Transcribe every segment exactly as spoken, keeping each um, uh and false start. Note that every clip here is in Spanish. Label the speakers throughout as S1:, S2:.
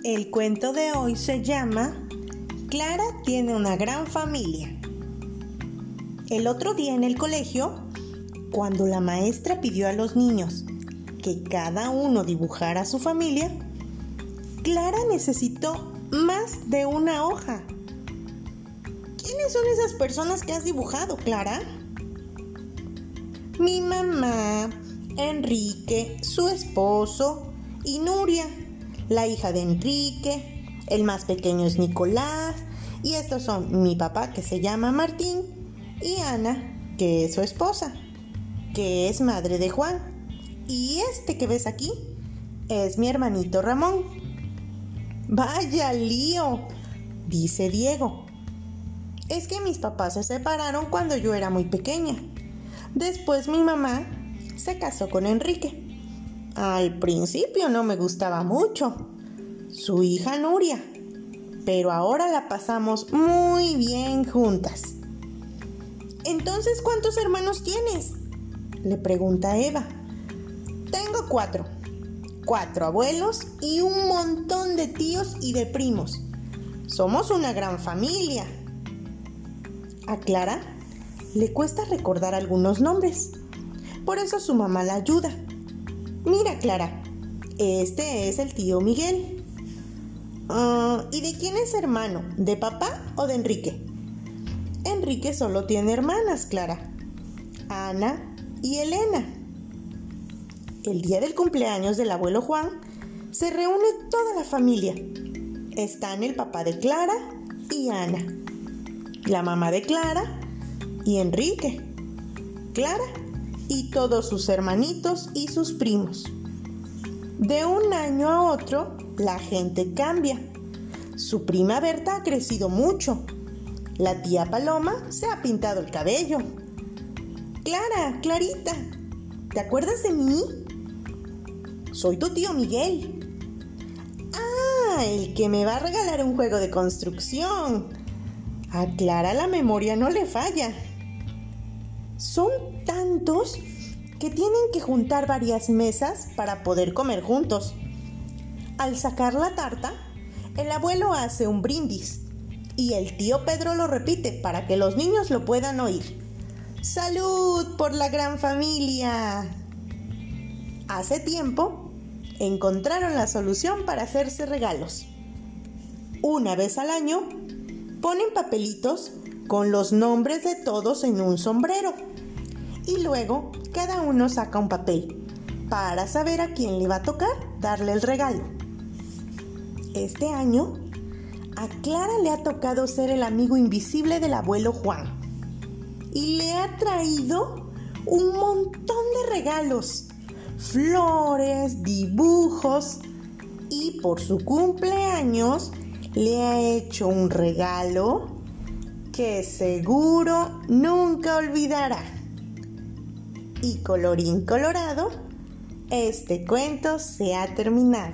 S1: El cuento de hoy se llama Clara tiene una gran familia. El otro día en el colegio, cuando la maestra pidió a los niños que cada uno dibujara a su familia, Clara necesitó más de una hoja. ¿Quiénes son esas personas que has dibujado, Clara? Mi mamá, Enrique, su esposo y Nuria, la hija de Enrique. El más pequeño es Nicolás, y estos son mi papá, que se llama Martín, y Ana, que es su esposa, que es madre de Juan, y este que ves aquí es mi hermanito Ramón. ¡Vaya lío!, dice Diego. Es que mis papás se separaron cuando yo era muy pequeña. Después mi mamá se casó con Enrique. Al principio no me gustaba mucho su hija Nuria, pero ahora la pasamos muy bien juntas. Entonces, ¿cuántos hermanos tienes?, le pregunta Eva. Tengo cuatro. Cuatro abuelos y un montón de tíos y de primos. Somos una gran familia. A Clara le cuesta recordar algunos nombres. Por eso su mamá la ayuda. Mira, Clara, este es el tío Miguel. Uh, ¿Y de quién es hermano? ¿De papá o de Enrique? Enrique solo tiene hermanas, Clara. Ana y Elena. El día del cumpleaños del abuelo Juan se reúne toda la familia. Están el papá de Clara y Ana, la mamá de Clara y Enrique, Clara y todos sus hermanitos y sus primos. De un año a otro, la gente cambia. Su prima Berta ha crecido mucho. La tía Paloma se ha pintado el cabello. Clara, Clarita, ¿te acuerdas de mí? Soy tu tío Miguel. Ah, el que me va a regalar un juego de construcción. A Clara la memoria no le falla. Son tantos que tienen que juntar varias mesas para poder comer juntos. Al sacar la tarta, el abuelo hace un brindis y el tío Pedro lo repite para que los niños lo puedan oír. ¡Salud por la gran familia! Hace tiempo encontraron la solución para hacerse regalos. Una vez al año ponen papelitos con los nombres de todos en un sombrero y luego cada uno saca un papel para saber a quién le va a tocar darle el regalo. Este año a Clara le ha tocado ser el amigo invisible del abuelo Juan y le ha traído un montón de regalos, flores, dibujos, y por su cumpleaños le ha hecho un regalo que seguro nunca olvidará. Y colorín colorado, este cuento se ha terminado.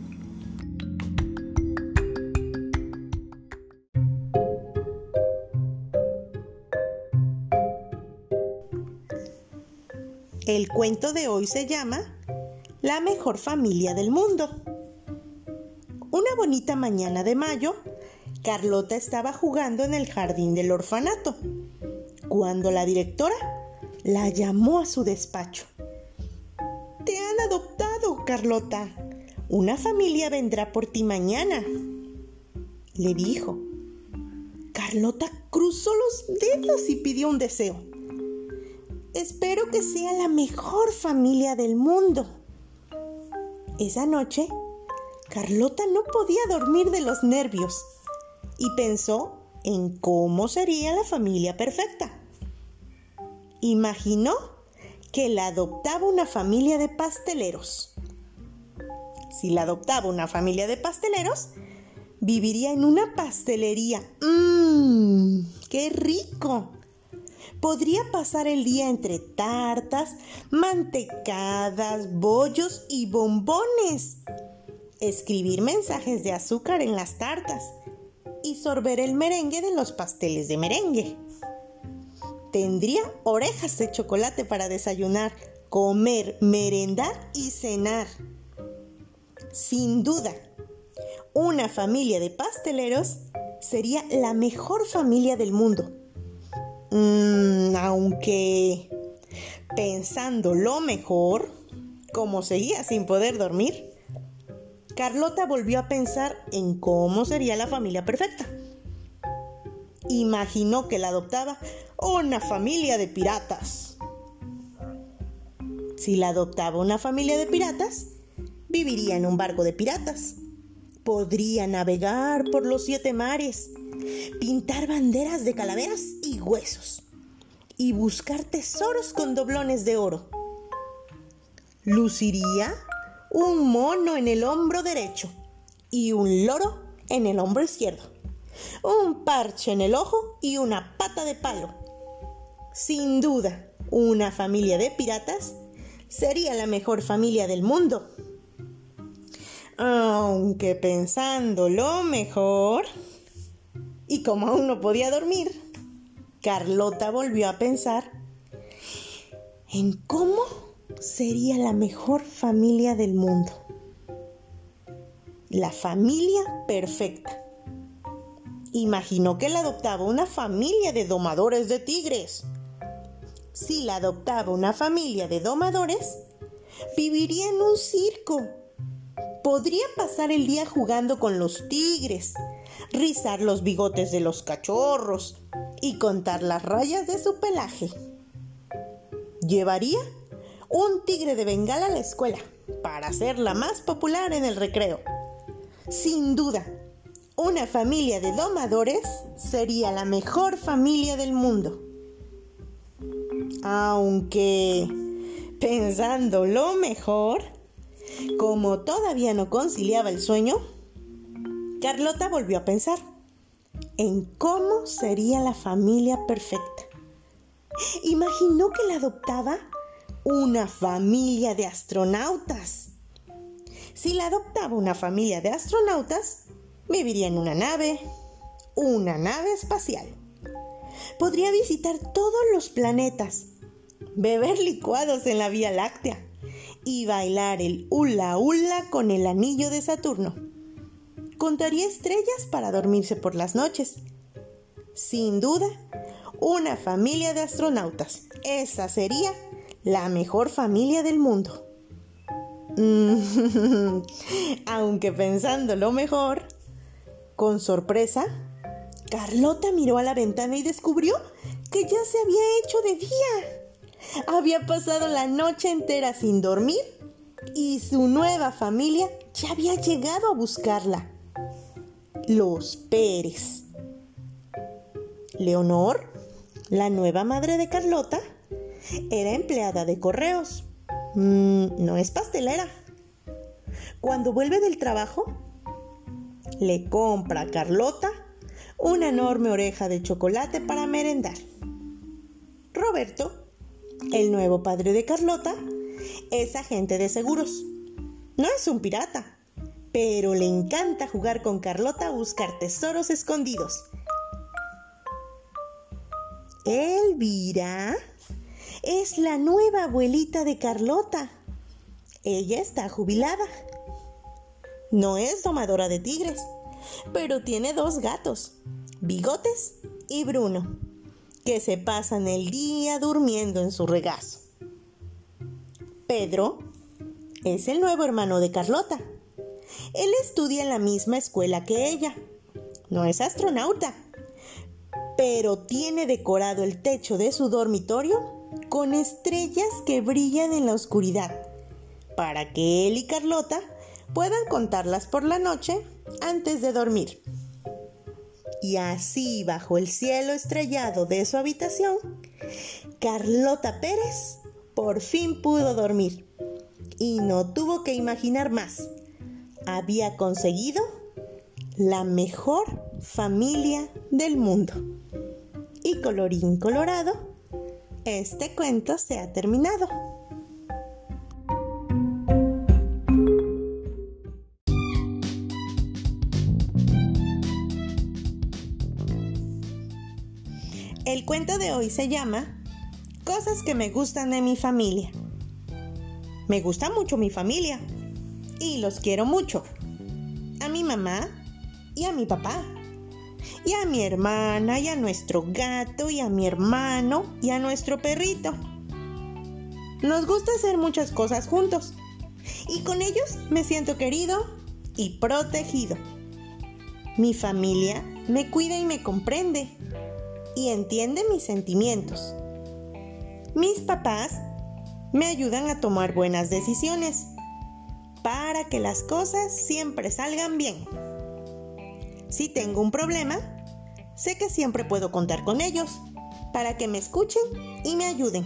S1: El cuento de hoy se llama La mejor familia del mundo. Una bonita mañana de mayo, Carlota estaba jugando en el jardín del orfanato, cuando la directora la llamó a su despacho. «Te han adoptado, Carlota. Una familia vendrá por ti mañana», le dijo. Carlota cruzó los dedos y pidió un deseo. «Espero que sea la mejor familia del mundo». Esa noche, Carlota no podía dormir de los nervios y pensó en cómo sería la familia perfecta. Imaginó que la adoptaba una familia de pasteleros. Si la adoptaba una familia de pasteleros, viviría en una pastelería. ¡Mmm! ¡Qué rico! Podría pasar el día entre tartas, mantecadas, bollos y bombones. Escribir mensajes de azúcar en las tartas y sorber el merengue de los pasteles de merengue. Tendría orejas de chocolate para desayunar, comer, merendar y cenar. Sin duda, una familia de pasteleros sería la mejor familia del mundo. Mm, aunque, pensando lo mejor, como seguía sin poder dormir, Carlota volvió a pensar en cómo sería la familia perfecta. Imaginó que la adoptaba una familia de piratas. Si la adoptaba una familia de piratas, viviría en un barco de piratas. Podría navegar por los siete mares, pintar banderas de calaveras y huesos, y buscar tesoros con doblones de oro. Luciría un mono en el hombro derecho y un loro en el hombro izquierdo, un parche en el ojo y una pata de palo. Sin duda, una familia de piratas sería la mejor familia del mundo. Aunque pensando lo mejor, y como aún no podía dormir, Carlota volvió a pensar en cómo sería la mejor familia del mundo. La familia perfecta. Imaginó que la adoptaba una familia de domadores de tigres. Si la adoptaba una familia de domadores, viviría en un circo. Podría pasar el día jugando con los tigres, rizar los bigotes de los cachorros y contar las rayas de su pelaje. Llevaría un tigre de Bengala a la escuela para ser la más popular en el recreo. Sin duda, una familia de domadores sería la mejor familia del mundo. Aunque, pensando lo mejor, como todavía no conciliaba el sueño, Carlota volvió a pensar en cómo sería la familia perfecta. Imaginó que la adoptaba una familia de astronautas. Si la adoptaba una familia de astronautas, viviría en una nave, una nave espacial. Podría visitar todos los planetas, beber licuados en la Vía Láctea y bailar el hula hula con el anillo de Saturno. Contaría estrellas para dormirse por las noches. Sin duda, una familia de astronautas. Esa sería la mejor familia del mundo. Aunque pensando lo mejor, con sorpresa, Carlota miró a la ventana y descubrió que ya se había hecho de día. Había pasado la noche entera sin dormir y su nueva familia ya había llegado a buscarla. Los Pérez. Leonor, la nueva madre de Carlota, era empleada de correos. Mm, no es pastelera. Cuando vuelve del trabajo, le compra a Carlota una enorme oreja de chocolate para merendar. Roberto, el nuevo padre de Carlota, es agente de seguros. No es un pirata, pero le encanta jugar con Carlota a buscar tesoros escondidos. Elvira es la nueva abuelita de Carlota. Ella está jubilada. No es domadora de tigres, pero tiene dos gatos, Bigotes y Bruno, que se pasan el día durmiendo en su regazo. Pedro es el nuevo hermano de Carlota. Él estudia en la misma escuela que ella. No es astronauta, pero tiene decorado el techo de su dormitorio con estrellas que brillan en la oscuridad, para que él y Carlota puedan contarlas por la noche antes de dormir. Y así, bajo el cielo estrellado de su habitación, Carlota Pérez por fin pudo dormir y no tuvo que imaginar más. Había conseguido la mejor familia del mundo. Y colorín colorado, este cuento se ha terminado. El cuento de hoy se llama Cosas que me gustan de mi familia. Me gusta mucho mi familia y los quiero mucho. a mi mamá y a mi papá, y a mi hermana y a nuestro gato y a mi hermano y a nuestro perrito. Nos gusta hacer muchas cosas juntos y con ellos me siento querido y protegido. Mi familia me cuida y me comprende y entiende mis sentimientos. Mis papás me ayudan a tomar buenas decisiones para que las cosas siempre salgan bien. Si tengo un problema, sé que siempre puedo contar con ellos para que me escuchen y me ayuden.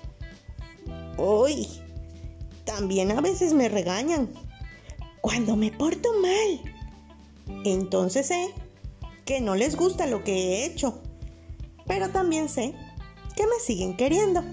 S1: Uy, también a veces me regañan cuando me porto mal. Entonces sé que no les gusta lo que he hecho, pero también sé que me siguen queriendo.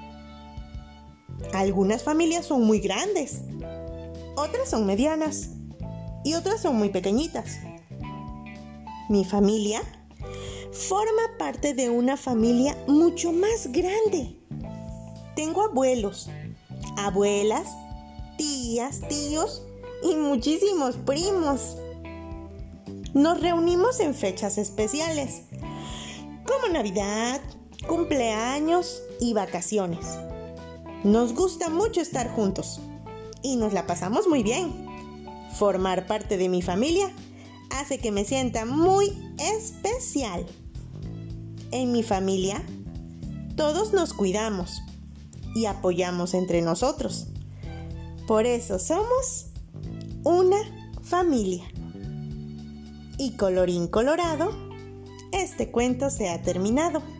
S1: Algunas familias son muy grandes, otras son medianas y otras son muy pequeñitas. Mi familia forma parte de una familia mucho más grande. Tengo abuelos, abuelas, tías, tíos y muchísimos primos. Nos reunimos en fechas especiales, como Navidad, cumpleaños y vacaciones. Nos gusta mucho estar juntos y nos la pasamos muy bien. Formar parte de mi familia hace que me sienta muy especial. En mi familia, todos nos cuidamos y apoyamos entre nosotros. Por eso somos una familia. Y colorín colorado, este cuento se ha terminado.